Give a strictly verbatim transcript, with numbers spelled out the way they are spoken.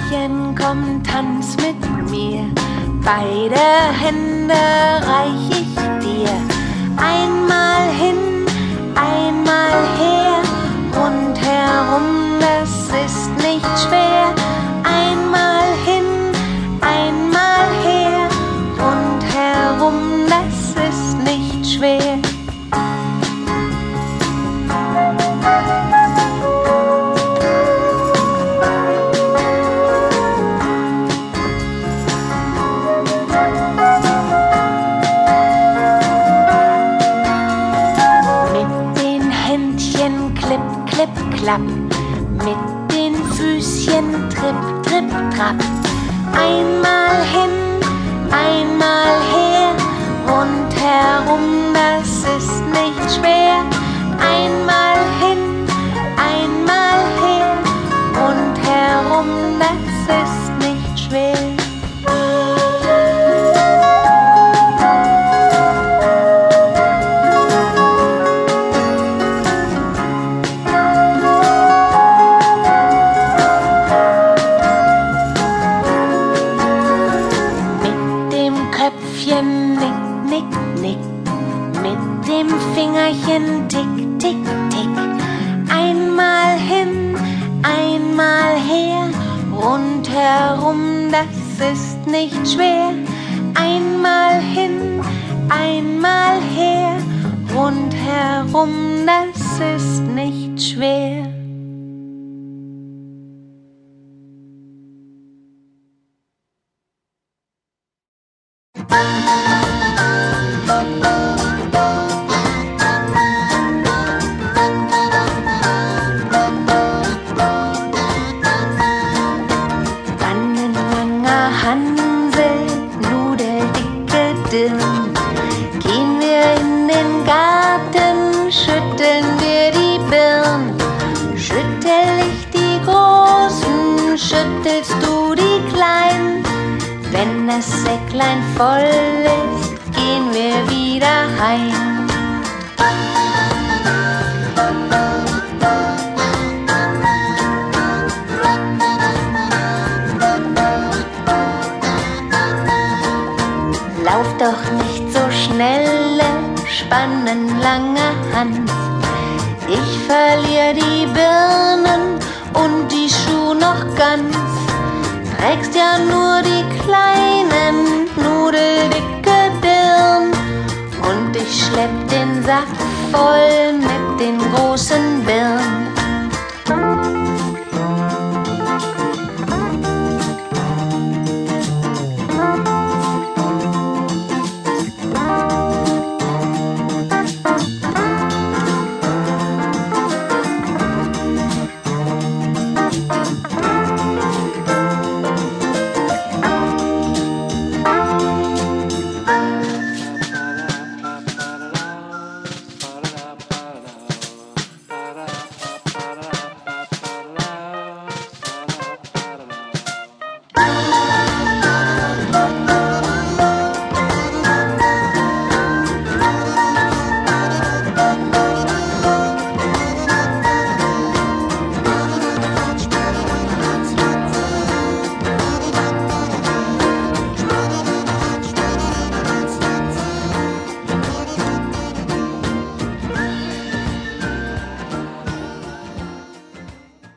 Fingerchen, komm, tanz mit mir. Beide Hände reich ich dir. Einmal hin, einmal her, rundherum, das ist nicht schwer. Einmal hin, einmal her, rundherum, das ist nicht schwer. Klapp, mit den Füßchen tripp, tripp, trapp. Einmal hin, einmal her, rundherum, das ist nicht schwer. Einmal hin, einmal her, rundherum, das ist nicht schwer. Fingerchen tick, tick, tick. Einmal hin, einmal her, rundherum, das ist nicht schwer. Einmal hin, einmal her, rundherum, das ist nicht schwer. Gehen wir in den Garten, schütteln wir die Birn. Schüttel ich die Großen, schüttelst du die Kleinen. Wenn das Säcklein voll ist, gehen wir wieder heim. Lauf doch nicht so schnelle, spannenlange Hand. Ich verlier die Birnen und die Schuhe noch ganz. Trägst ja nur die kleinen, nudeldicke Dirn. Und ich schlepp den Sack voll mit den großen Birnen.